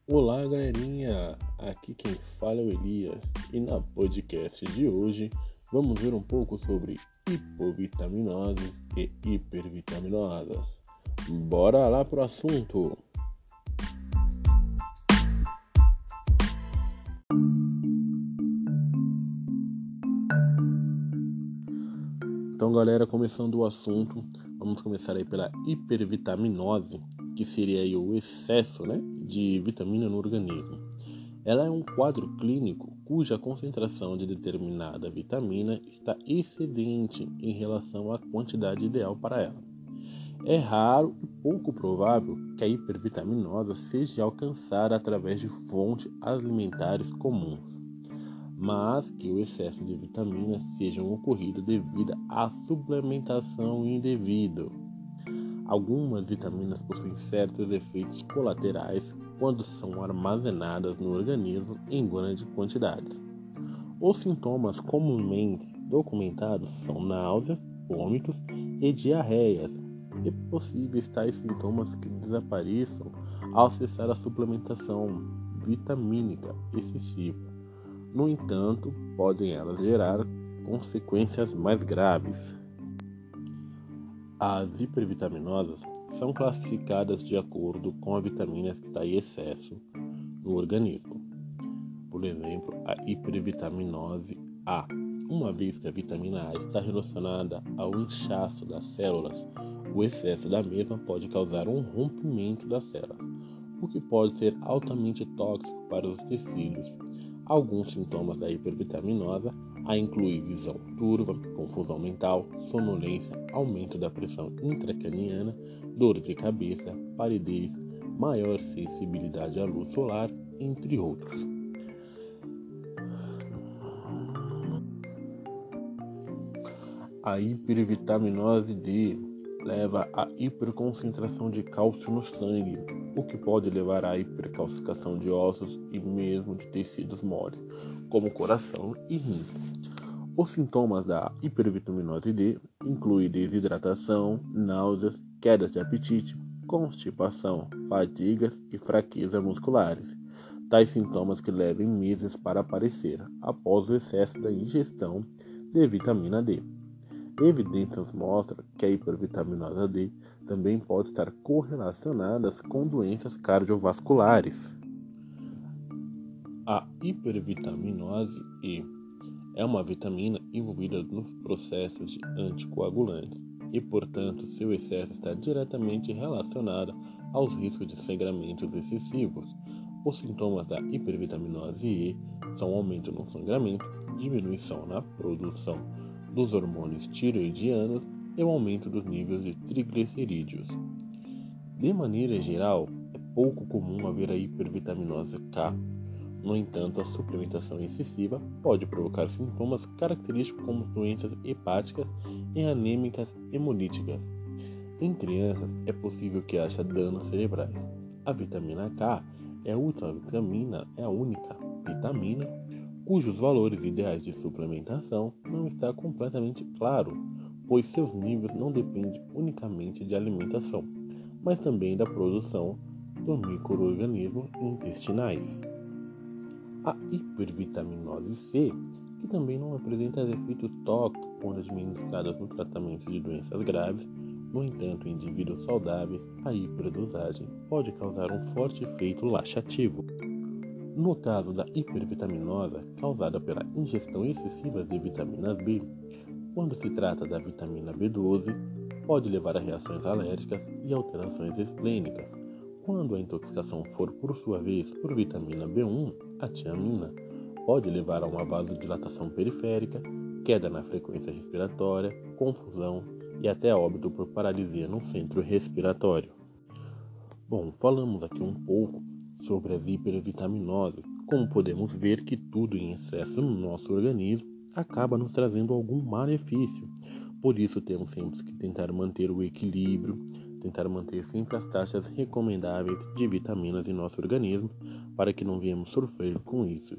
Olá, galerinha! Aqui quem fala é o Elias e na podcast de hoje vamos ver um pouco sobre hipovitaminoses e hipervitaminoses. Bora lá pro assunto! Então, galera, começando o assunto, vamos começar aí pela hipervitaminose, que seria aí o excesso, de vitamina no organismo. Ela é um quadro clínico cuja concentração de determinada vitamina está excedente em relação à quantidade ideal para ela. É raro e pouco provável que a hipervitaminosa seja alcançada através de fontes alimentares comuns, mas que o excesso de vitaminas seja ocorrido devido à suplementação indevida. Algumas vitaminas possuem certos efeitos colaterais quando são armazenadas no organismo em grandes quantidades. Os sintomas comumente documentados são náuseas, vômitos e diarreias. É possível tais sintomas que desapareçam ao cessar a suplementação vitamínica excessiva. No entanto, podem elas gerar consequências mais graves. As hipervitaminosas são classificadas de acordo com a vitamina que está em excesso no organismo. Por exemplo, a hipervitaminose A. Uma vez que a vitamina A está relacionada ao inchaço das células, o excesso da mesma pode causar um rompimento das células, o que pode ser altamente tóxico para os tecidos. Alguns sintomas da hipervitaminosa incluem visão turva, confusão mental, sonolência, aumento da pressão intracraniana, dor de cabeça, palidez, maior sensibilidade à luz solar, entre outros. A hipervitaminose D leva à hiperconcentração de cálcio no sangue, o que pode levar à hipercalcificação de ossos e mesmo de tecidos moles, como coração e rins. Os sintomas da hipervitaminose D incluem desidratação, náuseas, quedas de apetite, constipação, fadigas e fraqueza musculares. Tais sintomas que levam meses para aparecer após o excesso da ingestão de vitamina D. Evidências mostram que a hipervitaminose D também pode estar correlacionada com doenças cardiovasculares. A hipervitaminose E é uma vitamina envolvida nos processos de anticoagulantes e, portanto, seu excesso está diretamente relacionado aos riscos de sangramentos excessivos. Os sintomas da hipervitaminose E são aumento no sangramento, diminuição na produção dos hormônios tireoidianos e o aumento dos níveis de triglicerídeos. De maneira geral, é pouco comum haver a hipervitaminose K. No entanto, a suplementação excessiva pode provocar sintomas característicos como doenças hepáticas e anêmicas hemolíticas. Em crianças, é possível que haja danos cerebrais. A vitamina K é a única vitamina cujos valores ideais de suplementação não está completamente claro, pois seus níveis não dependem unicamente de alimentação, mas também da produção dos micro-organismos intestinais. A hipervitaminose C, que também não apresenta efeitos tóxicos quando administrada no tratamento de doenças graves, no entanto, em indivíduos saudáveis, a hiperdosagem pode causar um forte efeito laxativo. No caso da hipervitaminosa causada pela ingestão excessiva de vitaminas B, quando se trata da vitamina B12, pode levar a reações alérgicas e alterações esplênicas. Quando a intoxicação for, por sua vez, por vitamina B1, a tiamina, pode levar a uma vasodilatação periférica, queda na frequência respiratória, confusão e até óbito por paralisia no centro respiratório. Bom, falamos aqui um pouco sobre as hipervitaminoses. Como podemos ver que tudo em excesso no nosso organismo acaba nos trazendo algum malefício. Por isso temos sempre que tentar manter o equilíbrio, tentar manter sempre as taxas recomendáveis de vitaminas em nosso organismo para que não venhamos sofrer com isso.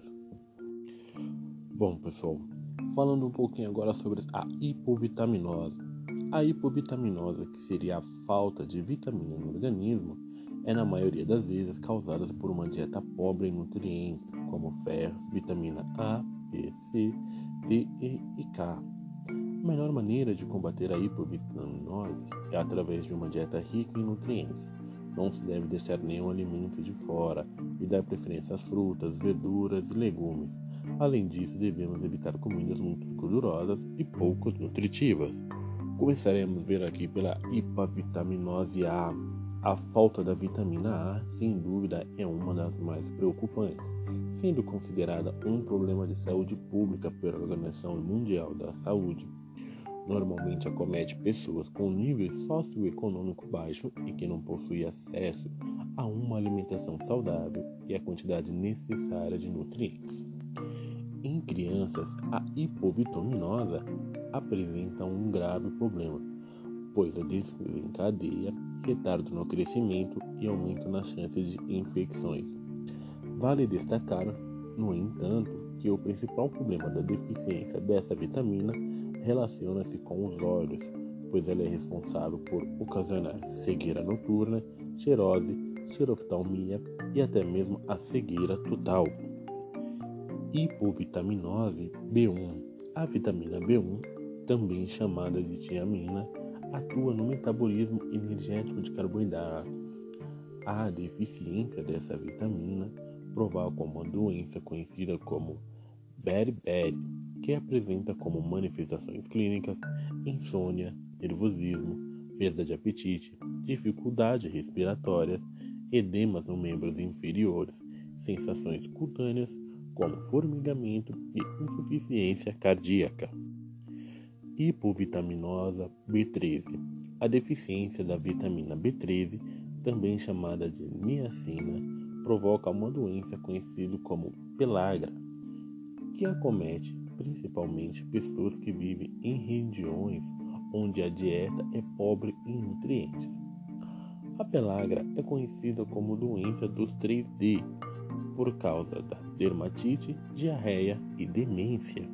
Bom, pessoal, falando um pouquinho agora sobre a hipovitaminose. A hipovitaminose, que seria a falta de vitamina no organismo, é na maioria das vezes causada por uma dieta pobre em nutrientes, como ferros, vitamina A, B, C, D, E e K. A melhor maneira de combater a hipovitaminose é através de uma dieta rica em nutrientes. Não se deve deixar nenhum alimento de fora e dar preferência às frutas, verduras e legumes. Além disso, devemos evitar comidas muito gordurosas e pouco nutritivas. Começaremos a ver aqui pela hipovitaminose A. A falta da vitamina A, sem dúvida, é uma das mais preocupantes, sendo considerada um problema de saúde pública pela Organização Mundial da Saúde. Normalmente acomete pessoas com nível socioeconômico baixo e que não possuem acesso a uma alimentação saudável e a quantidade necessária de nutrientes. Em crianças, a hipovitaminose apresenta um grave problema, pois desencadeia retardo no crescimento e aumento nas chances de infecções. Vale destacar, no entanto, que o principal problema da deficiência dessa vitamina relaciona-se com os olhos, pois ela é responsável por ocasionar cegueira noturna, xerose, xeroftalmia e até mesmo a cegueira total. Hipovitaminose B1. A vitamina B1, também chamada de tiamina, atua no metabolismo energético de carboidratos. A deficiência dessa vitamina provoca uma doença conhecida como beriberi, que apresenta como manifestações clínicas insônia, nervosismo, perda de apetite, dificuldades respiratórias, edemas nos membros inferiores, sensações cutâneas como formigamento e insuficiência cardíaca. Hipovitaminose B13. A deficiência da vitamina B13, também chamada de niacina, provoca uma doença conhecida como pellagra, que acomete principalmente pessoas que vivem em regiões onde a dieta é pobre em nutrientes. A pellagra é conhecida como doença dos 3D por causa da dermatite, diarreia e demência.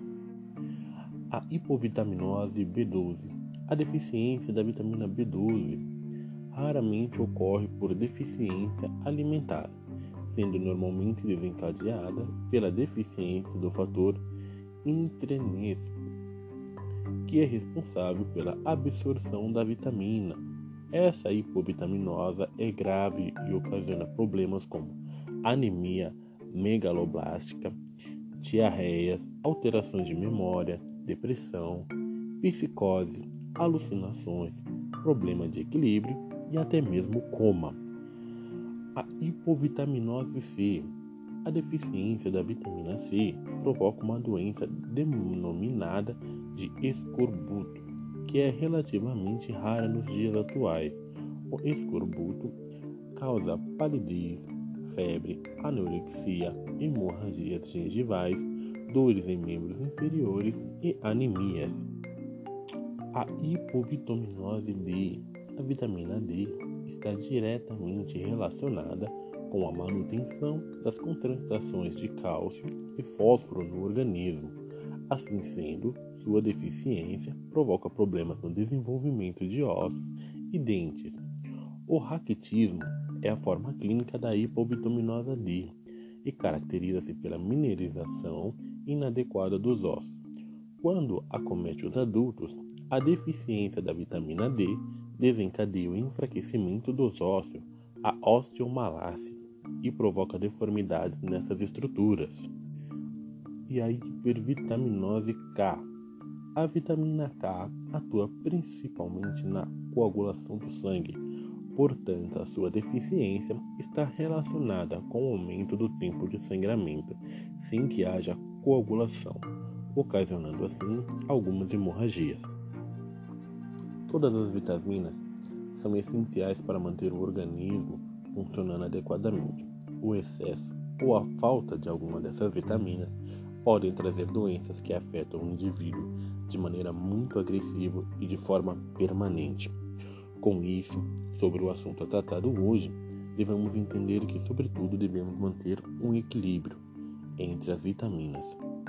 A hipovitaminose B12. A deficiência da vitamina B12 raramente ocorre por deficiência alimentar, sendo normalmente desencadeada pela deficiência do fator intrinsèco, que é responsável pela absorção da vitamina. Essa hipovitaminose é grave e ocasiona problemas como anemia megaloblástica, diarreias, alterações de memória, depressão, psicose, alucinações, problema de equilíbrio e até mesmo coma. A hipovitaminose C. A deficiência da vitamina C provoca uma doença denominada de escorbuto, que é relativamente rara nos dias atuais. O escorbuto causa palidez, febre, anorexia, hemorragias gengivais, dores em membros inferiores e anemias. A hipovitaminose D. A vitamina D está diretamente relacionada com a manutenção das concentrações de cálcio e fósforo no organismo. Assim sendo, sua deficiência provoca problemas no desenvolvimento de ossos e dentes. O raquitismo é a forma clínica da hipovitaminose D e caracteriza-se pela mineralização inadequada dos ossos. Quando acomete os adultos, a deficiência da vitamina D desencadeia o enfraquecimento dos ossos, a osteomalácia, e provoca deformidades nessas estruturas. E a hipervitaminose K. A vitamina K atua principalmente na coagulação do sangue, portanto, a sua deficiência está relacionada com o aumento do tempo de sangramento, sem que haja coagulação, ocasionando assim algumas hemorragias. Todas as vitaminas são essenciais para manter o organismo funcionando adequadamente. O excesso ou a falta de alguma dessas vitaminas podem trazer doenças que afetam o indivíduo de maneira muito agressiva e de forma permanente. Com isso, sobre o assunto tratado hoje, devemos entender que, sobretudo, devemos manter um equilíbrio entre as vitaminas,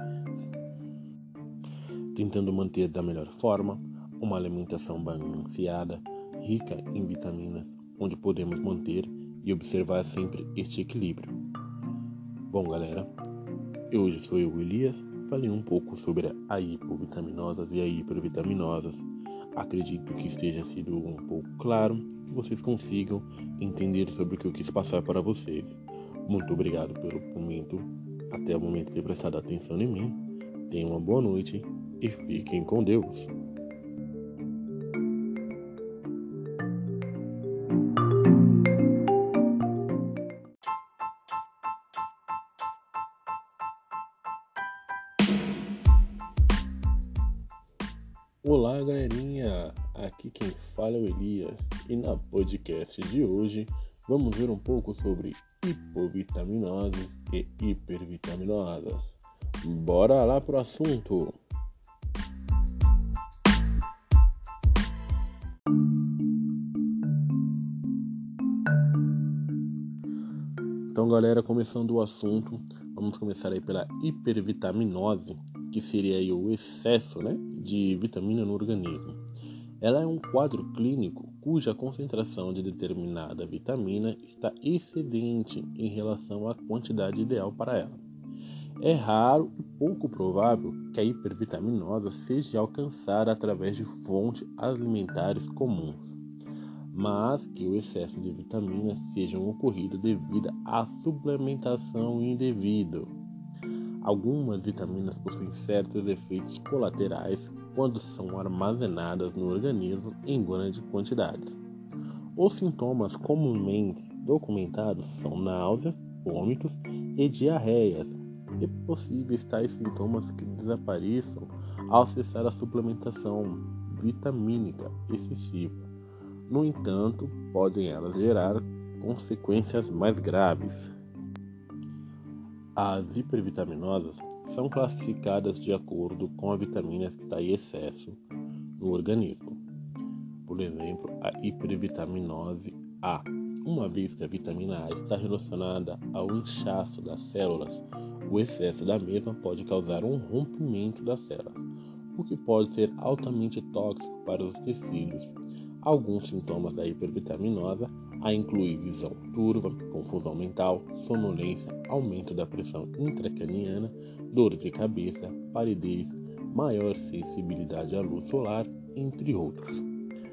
tentando manter da melhor forma uma alimentação balanceada, rica em vitaminas, onde podemos manter e observar sempre este equilíbrio. Bom, galera, hoje sou eu, Elias. Falei um pouco sobre a hipovitaminosas e a hipervitaminosas. Acredito que esteja sido um pouco claro, que vocês consigam entender sobre o que eu quis passar para vocês. Muito obrigado pelo momento, até o momento de ter prestado atenção em mim. Tenham uma boa noite e fiquem com Deus. Olá, galerinha! Aqui quem fala é o Elias e na podcast de hoje vamos ver um pouco sobre hipovitaminoses e hipervitaminosas. Bora lá pro assunto! Então, galera, começando o assunto, vamos começar aí pela hipervitaminose, que seria aí o excesso, de vitamina no organismo. Ela é um quadro clínico cuja concentração de determinada vitamina está excedente em relação à quantidade ideal para ela. É raro e pouco provável que a hipervitaminosa seja alcançada através de fontes alimentares comuns, mas que o excesso de vitaminas seja ocorrido devido à suplementação indevida. Algumas vitaminas possuem certos efeitos colaterais quando são armazenadas no organismo em grandes quantidades. Os sintomas comumente documentados são náuseas, vômitos e diarreias. É possível tais sintomas que desapareçam ao cessar a suplementação vitamínica excessiva. No entanto, podem elas gerar consequências mais graves. As hipervitaminosas são classificadas de acordo com a vitamina que está em excesso no organismo. Por exemplo, a hipervitaminose A. Uma vez que a vitamina A está relacionada ao inchaço das células, o excesso da mesma pode causar um rompimento das células, o que pode ser altamente tóxico para os tecidos. Alguns sintomas da hipervitaminosa incluem visão turva, confusão mental, sonolência, aumento da pressão intracraniana, dor de cabeça, palidez, maior sensibilidade à luz solar, entre outros.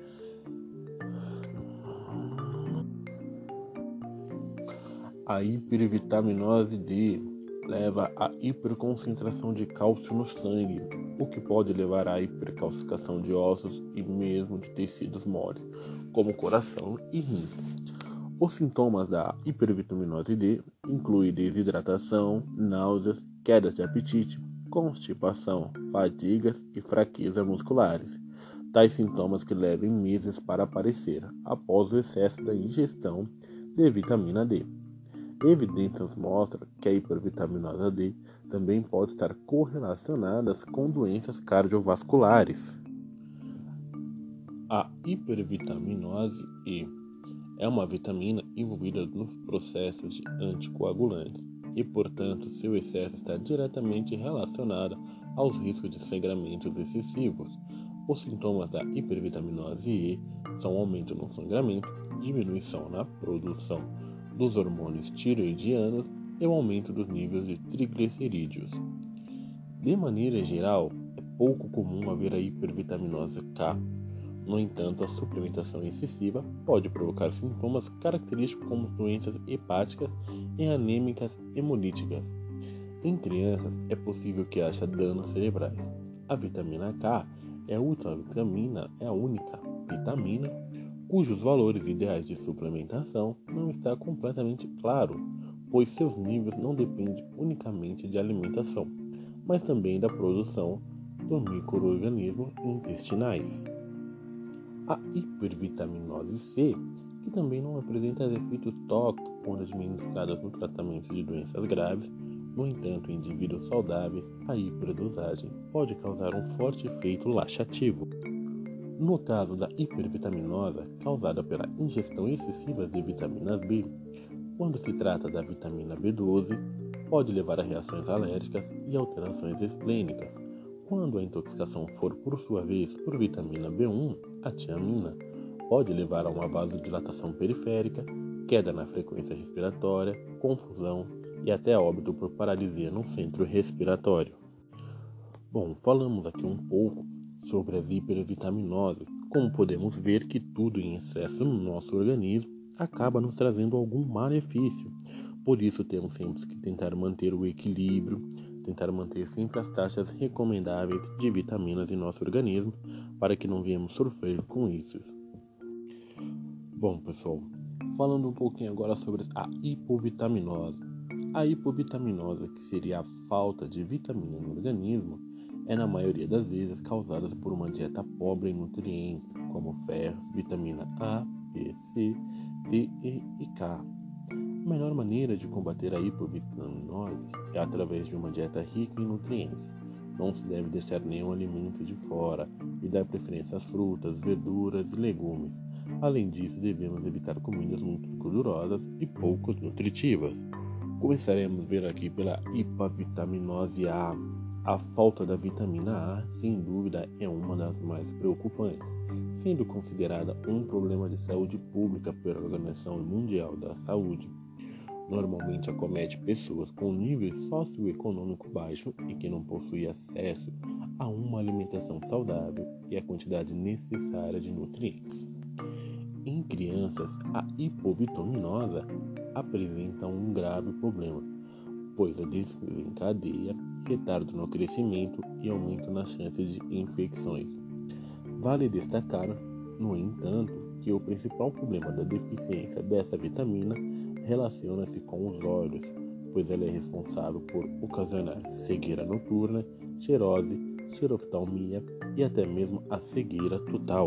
A hipervitaminose D leva à hiperconcentração de cálcio no sangue, o que pode levar à hipercalcificação de ossos e mesmo de tecidos moles, como coração e rins. Os sintomas da hipervitaminose D incluem desidratação, náuseas, quedas de apetite, constipação, fadigas e fraqueza musculares. Tais sintomas que levam meses para aparecer após o excesso da ingestão de vitamina D. Evidências mostram que a hipervitaminose D também pode estar correlacionada com doenças cardiovasculares. A hipervitaminose E é uma vitamina envolvida nos processos de anticoagulantes e, portanto, seu excesso está diretamente relacionado aos riscos de sangramentos excessivos. Os sintomas da hipervitaminose E são aumento no sangramento, diminuição na produção dos hormônios tiroidianos e o aumento dos níveis de triglicerídeos. De maneira geral, é pouco comum haver a hipervitaminose K. No entanto, a suplementação excessiva pode provocar sintomas característicos como doenças hepáticas e anêmicas hemolíticas. Em crianças, é possível que haja danos cerebrais. A vitamina K é a única vitamina cujos valores ideais de suplementação não está completamente claro, pois seus níveis não dependem unicamente de alimentação, mas também da produção dos micro-organismos intestinais. A hipervitaminose C, que também não apresenta efeitos tóxicos quando administradas no tratamento de doenças graves, no entanto, em indivíduos saudáveis, a hiperdosagem pode causar um forte efeito laxativo. No caso da hipervitaminosa causada pela ingestão excessiva de vitaminas B, quando se trata da vitamina B12, pode levar a reações alérgicas e alterações esplênicas. Quando a intoxicação for, por sua vez, por vitamina B1, a tiamina, pode levar a uma vasodilatação periférica, queda na frequência respiratória, confusão e até óbito por paralisia no centro respiratório. Bom, falamos aqui um pouco sobre as hipervitaminoses. Como podemos ver que tudo em excesso no nosso organismo acaba nos trazendo algum malefício. Por isso temos sempre que tentar manter o equilíbrio, tentar manter sempre as taxas recomendáveis de vitaminas em nosso organismo para que não venhamos sofrer com isso. Bom, pessoal, falando um pouquinho agora sobre a hipovitaminose. A hipovitaminose, que seria a falta de vitamina no organismo, é na maioria das vezes causada por uma dieta pobre em nutrientes, como ferros, vitamina A, B, C, D, E e K. A melhor maneira de combater a hipovitaminose é através de uma dieta rica em nutrientes. Não se deve deixar nenhum alimento de fora e dar preferência às frutas, verduras e legumes. Além disso, devemos evitar comidas muito gordurosas e pouco nutritivas. Começaremos a ver aqui pela hipovitaminose A. A falta da vitamina A, sem dúvida, é uma das mais preocupantes, sendo considerada um problema de saúde pública pela Organização Mundial da Saúde. Normalmente acomete pessoas com nível socioeconômico baixo e que não possuem acesso a uma alimentação saudável e a quantidade necessária de nutrientes. Em crianças, a hipovitaminose apresenta um grave problema, pois desencadeia retardo no crescimento e aumento nas chances de infecções. Vale destacar, no entanto, que o principal problema da deficiência dessa vitamina relaciona-se com os olhos, pois ela é responsável por ocasionar cegueira noturna, xerose, xeroftalmia e até mesmo a cegueira total.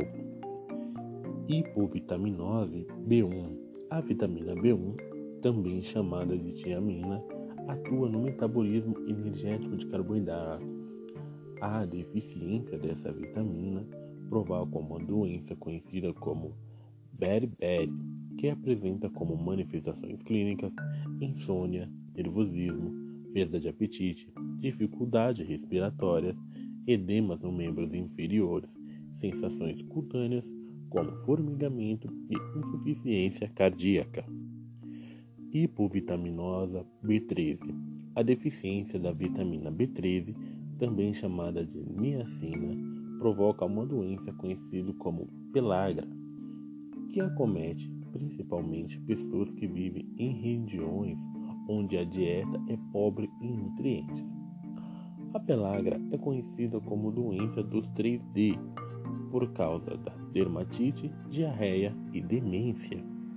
Hipovitaminose B1. A vitamina B1, também chamada de tiamina, atua no metabolismo energético de carboidratos. A deficiência dessa vitamina provoca uma doença conhecida como beriberi, que apresenta como manifestações clínicas insônia, nervosismo, perda de apetite, dificuldades respiratórias, edemas nos membros inferiores, sensações cutâneas como formigamento e insuficiência cardíaca. Hipovitaminose B13. A deficiência da vitamina B13, também chamada de niacina, provoca uma doença conhecida como pellagra, que acomete principalmente pessoas que vivem em regiões onde a dieta é pobre em nutrientes. A pellagra é conhecida como doença dos 3D por causa da dermatite, diarreia e demência.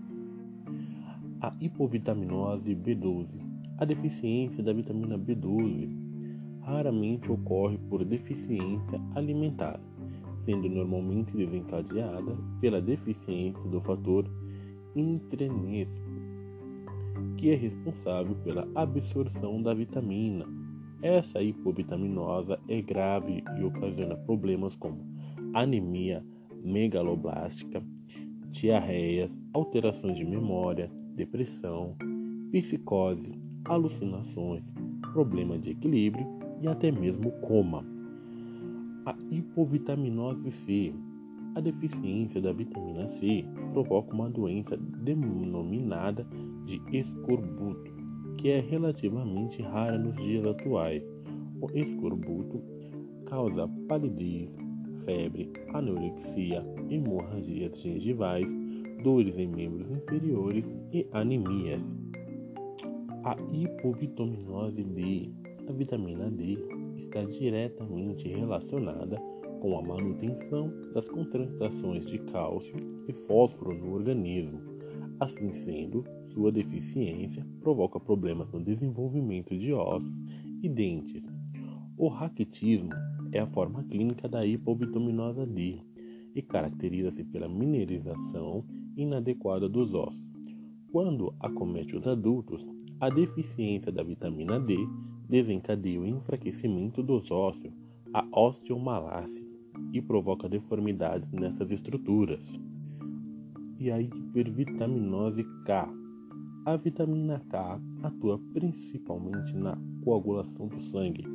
A hipovitaminose B12. A deficiência da vitamina B12 raramente ocorre por deficiência alimentar, sendo normalmente desencadeada pela deficiência do fator intrinsèco, que é responsável pela absorção da vitamina. Essa hipovitaminose é grave e ocasiona problemas como anemia megaloblástica, diarreias, alterações de memória, depressão, psicose, alucinações, problema de equilíbrio e até mesmo coma. A hipovitaminose C. A deficiência da vitamina C provoca uma doença denominada de escorbuto, que é relativamente rara nos dias atuais. O escorbuto causa palidez, febre, anorexia, hemorragias gengivais, dores em membros inferiores e anemias. A hipovitaminose D. A vitamina D está diretamente relacionada com a manutenção das concentrações de cálcio e fósforo no organismo. Assim sendo, sua deficiência provoca problemas no desenvolvimento de ossos e dentes. O raquitismo é a forma clínica da hipovitaminose D e caracteriza-se pela mineralização inadequada dos ossos. Quando acomete os adultos, a deficiência da vitamina D desencadeia o enfraquecimento dos ossos, a osteomalácia, e provoca deformidades nessas estruturas. E a hipervitaminose K. A vitamina K atua principalmente na coagulação do sangue,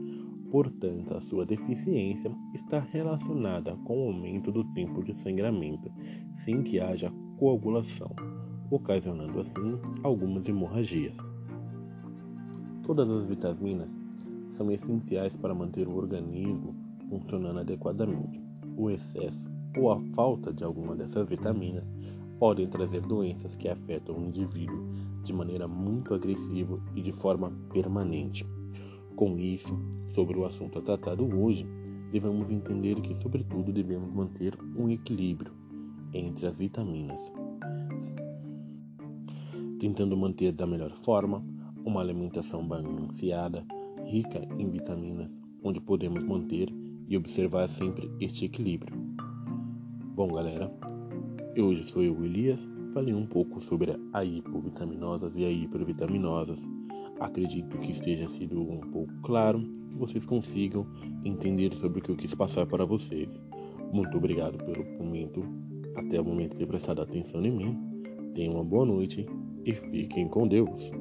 Portanto, a sua deficiência está relacionada com o aumento do tempo de sangramento, sem que haja coagulação, ocasionando assim algumas hemorragias. Todas as vitaminas são essenciais para manter o organismo funcionando adequadamente. O excesso ou a falta de alguma dessas vitaminas podem trazer doenças que afetam o indivíduo de maneira muito agressiva e de forma permanente. Com isso, sobre o assunto tratado hoje, devemos entender que, sobretudo, devemos manter um equilíbrio entre as vitaminas, tentando manter da melhor forma uma alimentação balanceada, rica em vitaminas, onde podemos manter e observar sempre este equilíbrio. Bom, galera, hoje sou eu, Elias, falei um pouco sobre a hipovitaminosas e a hipervitaminosas. Acredito que esteja sido um pouco claro, que vocês consigam entender sobre o que eu quis passar para vocês. Muito obrigado pelo momento, até o momento de ter prestado atenção em mim. Tenham uma boa noite e fiquem com Deus.